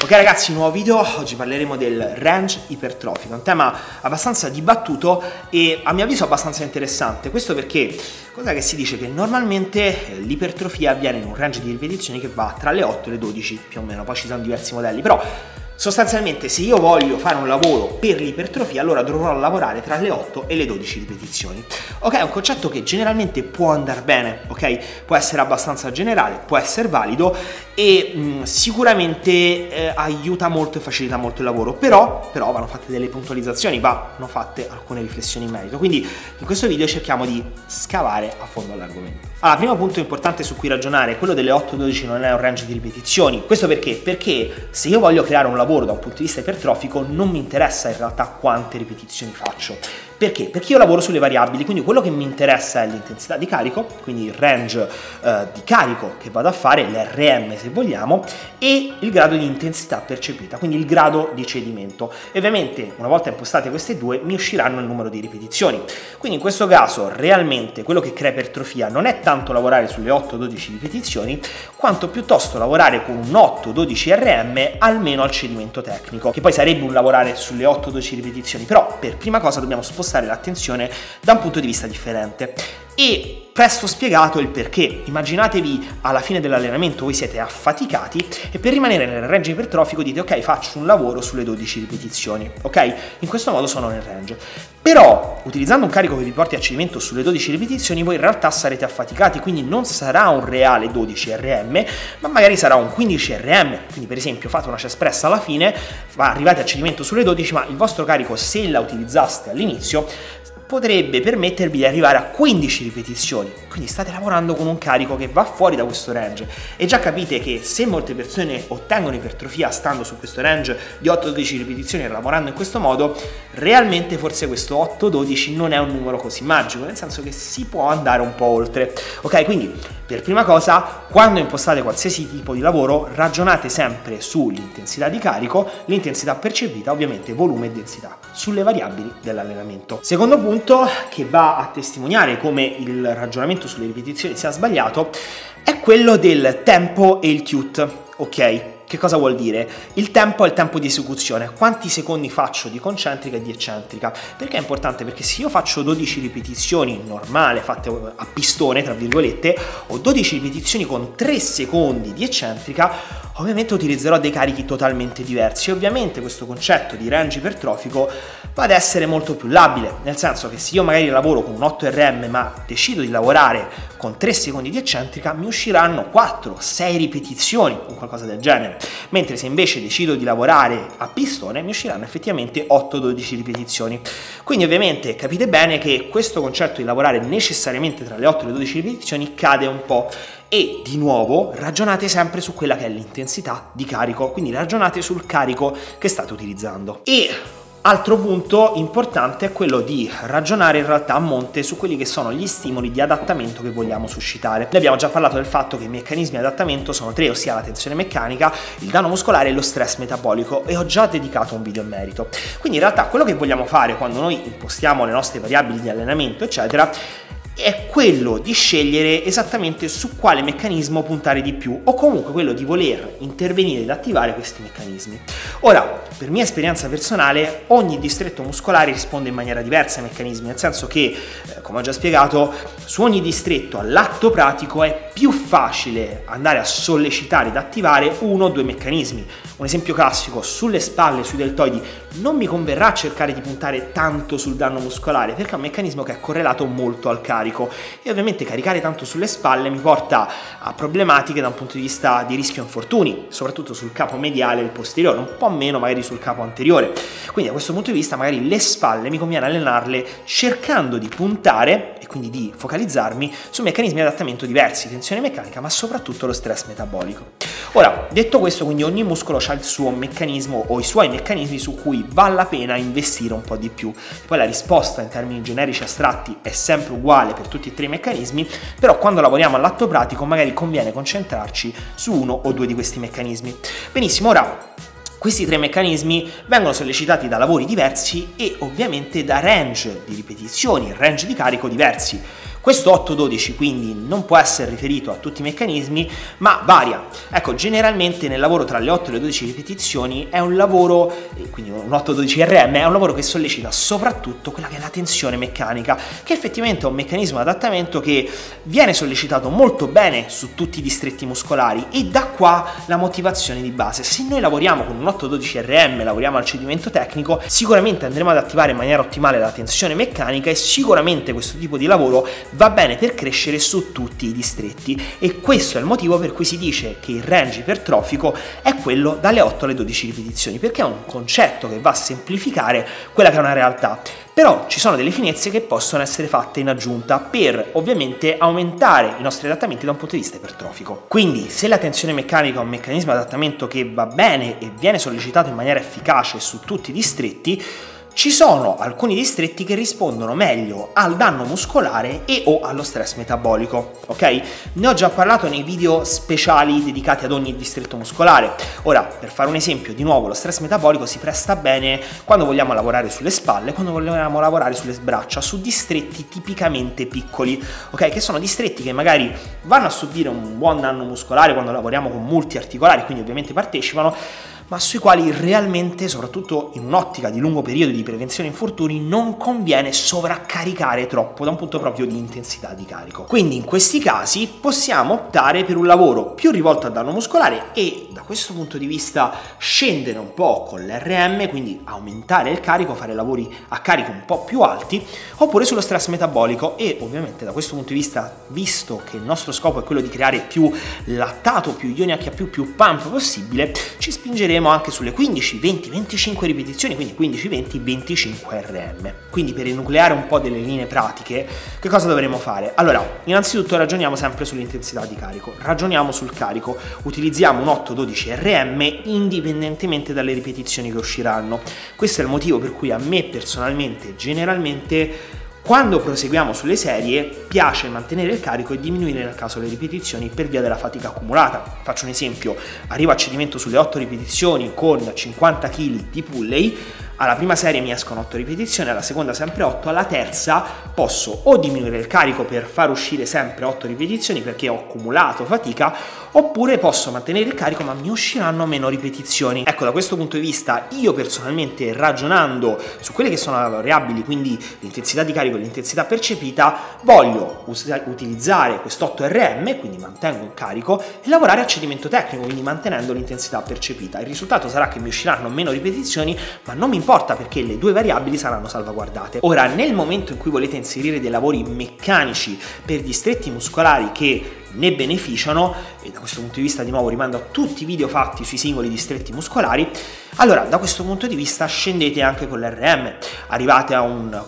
Ok ragazzi, nuovo video. Oggi parleremo del range ipertrofico, un tema abbastanza dibattuto e a mio avviso abbastanza interessante. Questo perché cosa che si dice? Che normalmente l'ipertrofia avviene in un range di ripetizioni che va tra le 8 e le 12 più o meno, poi ci sono diversi modelli, però sostanzialmente se io voglio fare un lavoro per l'ipertrofia allora dovrò lavorare tra le 8 e le 12 ripetizioni. Ok, è un concetto che generalmente può andare bene, ok? Può essere abbastanza generale, può essere valido e sicuramente aiuta molto e facilita molto il lavoro, però vanno fatte delle puntualizzazioni, vanno fatte alcune riflessioni in merito, quindi in questo video cerchiamo di scavare a fondo all'argomento. Allora, primo punto importante su cui ragionare è quello delle 8-12 non è un range di ripetizioni. Questo perché? Perché se io voglio creare un lavoro da un punto di vista ipertrofico non mi interessa in realtà quante ripetizioni faccio. Perché? Perché io lavoro sulle variabili, quindi quello che mi interessa è l'intensità di carico, quindi il range di carico che vado a fare, l'RM se vogliamo, e il grado di intensità percepita, quindi il grado di cedimento. E ovviamente una volta impostate queste due mi usciranno il numero di ripetizioni. Quindi in questo caso realmente quello che crea ipertrofia non è tanto lavorare sulle 8-12 ripetizioni, quanto piuttosto lavorare con un 8-12 RM almeno al cedimento tecnico, che poi sarebbe un lavorare sulle 8-12 ripetizioni, però per prima cosa dobbiamo spostare l'attenzione da un punto di vista differente. E presto spiegato il perché. Immaginatevi alla fine dell'allenamento voi siete affaticati e per rimanere nel range ipertrofico dite ok, faccio un lavoro sulle 12 ripetizioni, ok? In questo modo sono nel range. Però utilizzando un carico che vi porti a cedimento sulle 12 ripetizioni voi in realtà sarete affaticati, quindi non sarà un reale 12 RM ma magari sarà un 15 RM. Quindi per esempio fate una chest press alla fine, arrivate a cedimento sulle 12 ma il vostro carico, se la utilizzaste all'inizio, potrebbe permettervi di arrivare a 15 ripetizioni, quindi state lavorando con un carico che va fuori da questo range e già capite che se molte persone ottengono ipertrofia stando su questo range di 8-12 ripetizioni e lavorando in questo modo, realmente forse questo 8-12 non è un numero così magico, nel senso che si può andare un po' oltre. Ok, quindi per prima cosa, quando impostate qualsiasi tipo di lavoro, ragionate sempre sull'intensità di carico, l'intensità percepita, ovviamente volume e densità, sulle variabili dell'allenamento. Secondo punto che va a testimoniare come il ragionamento sulle ripetizioni sia sbagliato è quello del tempo e il TUT, ok? Che cosa vuol dire? Il tempo è il tempo di esecuzione, quanti secondi faccio di concentrica e di eccentrica. Perché è importante? Perché se io faccio 12 ripetizioni normale, fatte a pistone, tra virgolette, o 12 ripetizioni con 3 secondi di eccentrica, ovviamente utilizzerò dei carichi totalmente diversi e ovviamente questo concetto di range ipertrofico va ad essere molto più labile, nel senso che se io magari lavoro con un 8 RM ma decido di lavorare con 3 secondi di eccentrica mi usciranno 4-6 ripetizioni o qualcosa del genere, mentre se invece decido di lavorare a pistone mi usciranno effettivamente 8-12 ripetizioni. Quindi ovviamente capite bene che questo concetto di lavorare necessariamente tra le 8 e le 12 ripetizioni cade un po'. E di nuovo ragionate sempre su quella che è l'intensità di carico, quindi ragionate sul carico che state utilizzando. E altro punto importante è quello di ragionare in realtà a monte su quelli che sono gli stimoli di adattamento che vogliamo suscitare. Noi abbiamo già parlato del fatto che i meccanismi di adattamento sono 3, ossia la tensione meccanica, il danno muscolare e lo stress metabolico, e ho già dedicato un video in merito. Quindi in realtà quello che vogliamo fare quando noi impostiamo le nostre variabili di allenamento eccetera è quello di scegliere esattamente su quale meccanismo puntare di più, o comunque quello di voler intervenire ed attivare questi meccanismi. Ora, per mia esperienza personale, ogni distretto muscolare risponde in maniera diversa ai meccanismi, nel senso che, come ho già spiegato, su ogni distretto all'atto pratico è più facile andare a sollecitare ed attivare uno o due meccanismi. Un esempio classico: sulle spalle, sui deltoidi, non mi converrà cercare di puntare tanto sul danno muscolare perché è un meccanismo che è correlato molto al carico e ovviamente caricare tanto sulle spalle mi porta a problematiche da un punto di vista di rischio infortuni, soprattutto sul capo mediale e il posteriore, un po' meno magari sul capo anteriore. Quindi da questo punto di vista magari le spalle mi conviene allenarle cercando di puntare e quindi di focalizzarmi su meccanismi di adattamento diversi, tensione meccanica ma soprattutto lo stress metabolico. Ora, detto questo, quindi ogni muscolo ha il suo meccanismo o i suoi meccanismi su cui vale la pena investire un po' di più. Poi la risposta in termini generici astratti è sempre uguale per tutti e tre i meccanismi, però quando lavoriamo all'atto pratico magari conviene concentrarci su uno o due di questi meccanismi. Benissimo, ora questi tre meccanismi vengono sollecitati da lavori diversi e ovviamente da range di ripetizioni, range di carico diversi. Questo 8-12 quindi non può essere riferito a tutti i meccanismi, ma varia. Ecco, generalmente nel lavoro tra le 8 e le 12 ripetizioni è un lavoro, quindi un 8-12 RM, è un lavoro che sollecita soprattutto quella che è la tensione meccanica, che effettivamente è un meccanismo di adattamento che viene sollecitato molto bene su tutti i distretti muscolari, e da qua la motivazione di base. Se noi lavoriamo con un 8-12 RM, lavoriamo al cedimento tecnico, sicuramente andremo ad attivare in maniera ottimale la tensione meccanica, e sicuramente questo tipo di lavoro va bene per crescere su tutti i distretti, e questo è il motivo per cui si dice che il range ipertrofico è quello dalle 8 alle 12 ripetizioni, perché è un concetto che va a semplificare quella che è una realtà. Però ci sono delle finezze che possono essere fatte in aggiunta per ovviamente aumentare i nostri adattamenti da un punto di vista ipertrofico. Quindi se la tensione meccanica è un meccanismo di adattamento che va bene e viene sollecitato in maniera efficace su tutti i distretti, ci sono alcuni distretti che rispondono meglio al danno muscolare e o allo stress metabolico, ok? Ne ho già parlato nei video speciali dedicati ad ogni distretto muscolare. Ora, per fare un esempio, di nuovo, lo stress metabolico si presta bene quando vogliamo lavorare sulle spalle, quando vogliamo lavorare sulle braccia, su distretti tipicamente piccoli, ok? Che sono distretti che magari vanno a subire un buon danno muscolare quando lavoriamo con multiarticolari, quindi ovviamente partecipano, ma sui quali realmente, soprattutto in un'ottica di lungo periodo di prevenzione infortuni, non conviene sovraccaricare troppo da un punto proprio di intensità di carico. Quindi in questi casi possiamo optare per un lavoro più rivolto al danno muscolare e da questo punto di vista scendere un po' con l'RM, quindi aumentare il carico, fare lavori a carico un po' più alti, oppure sullo stress metabolico, e ovviamente da questo punto di vista, visto che il nostro scopo è quello di creare più lattato, più ioni H+, più pump possibile, ci spingeremo anche sulle 15, 20, 25 ripetizioni, quindi 15, 20, 25 RM. Quindi per enucleare un po' delle linee pratiche, che cosa dovremo fare? Allora, innanzitutto ragioniamo sempre sull'intensità di carico, ragioniamo sul carico, utilizziamo un 8-12 RM indipendentemente dalle ripetizioni che usciranno. Questo è il motivo per cui a me personalmente, generalmente, quando proseguiamo sulle serie piace mantenere il carico e diminuire nel caso le ripetizioni per via della fatica accumulata. Faccio un esempio: arrivo a cedimento sulle 8 ripetizioni con 50 kg di pulley, alla prima serie mi escono 8 ripetizioni, alla seconda sempre 8, alla terza posso o diminuire il carico per far uscire sempre 8 ripetizioni perché ho accumulato fatica, oppure posso mantenere il carico ma mi usciranno meno ripetizioni. Ecco, da questo punto di vista io personalmente, ragionando su quelle che sono le variabili, quindi l'intensità di carico e l'intensità percepita, voglio utilizzare questo 8 RM, quindi mantengo il carico, e lavorare a cedimento tecnico, quindi mantenendo l'intensità percepita. Il risultato sarà che mi usciranno meno ripetizioni, ma non mi importa perché le due variabili saranno salvaguardate. Ora, nel momento in cui volete inserire dei lavori meccanici per distretti muscolari che ne beneficiano, e da questo punto di vista di nuovo rimando a tutti i video fatti sui singoli distretti muscolari, allora da questo punto di vista scendete anche con l'RM, arrivate a un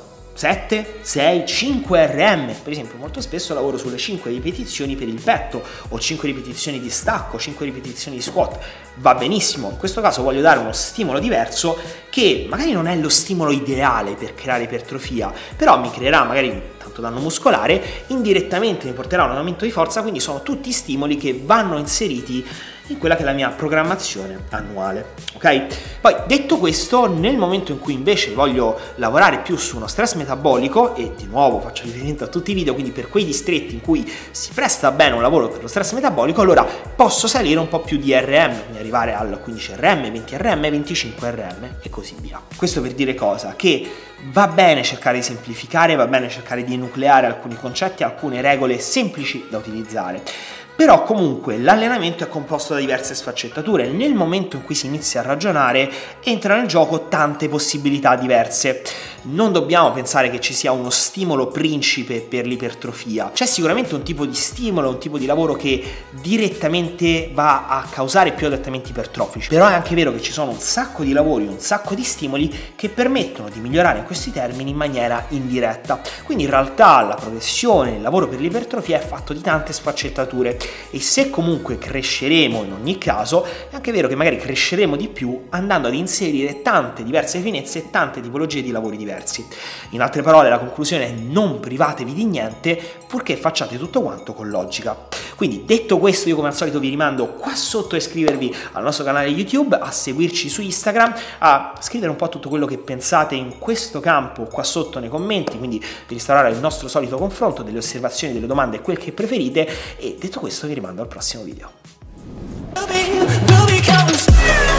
7, 6, 5 RM. Per esempio, molto spesso lavoro sulle 5 ripetizioni per il petto, o 5 ripetizioni di stacco, 5 ripetizioni di squat. Va benissimo, in questo caso voglio dare uno stimolo diverso che magari non è lo stimolo ideale per creare ipertrofia, però mi creerà magari tanto danno muscolare, indirettamente mi porterà a un aumento di forza, quindi sono tutti stimoli che vanno inseriti in quella che è la mia programmazione annuale, ok? Poi, detto questo, nel momento in cui invece voglio lavorare più su uno stress metabolico, e di nuovo faccio riferimento a tutti i video, quindi per quei distretti in cui si presta bene un lavoro per lo stress metabolico, allora posso salire un po' più di RM, quindi arrivare al 15 RM, 20 RM, 25 RM e così via. Questo per dire cosa? Che va bene cercare di semplificare, va bene cercare di enucleare alcuni concetti, alcune regole semplici da utilizzare. Però comunque l'allenamento è composto da diverse sfaccettature. Nel momento in cui si inizia a ragionare entrano in gioco tante possibilità diverse. Non dobbiamo pensare che ci sia uno stimolo principe per l'ipertrofia. C'è sicuramente un tipo di stimolo, un tipo di lavoro che direttamente va a causare più adattamenti ipertrofici. Però è anche vero che ci sono un sacco di lavori, un sacco di stimoli che permettono di migliorare in questi termini in maniera indiretta. Quindi in realtà la progressione, il lavoro per l'ipertrofia è fatto di tante sfaccettature. E se comunque cresceremo in ogni caso, è anche vero che magari cresceremo di più andando ad inserire tante diverse finezze e tante tipologie di lavori diversi. In altre parole, la conclusione è: non privatevi di niente purché facciate tutto quanto con logica. Quindi detto questo, io come al solito vi rimando qua sotto a iscrivervi al nostro canale YouTube, a seguirci su Instagram, a scrivere un po' tutto quello che pensate in questo campo qua sotto nei commenti, quindi di instaurare il nostro solito confronto, delle osservazioni, delle domande, quel che preferite, e detto questo vi rimando al prossimo video.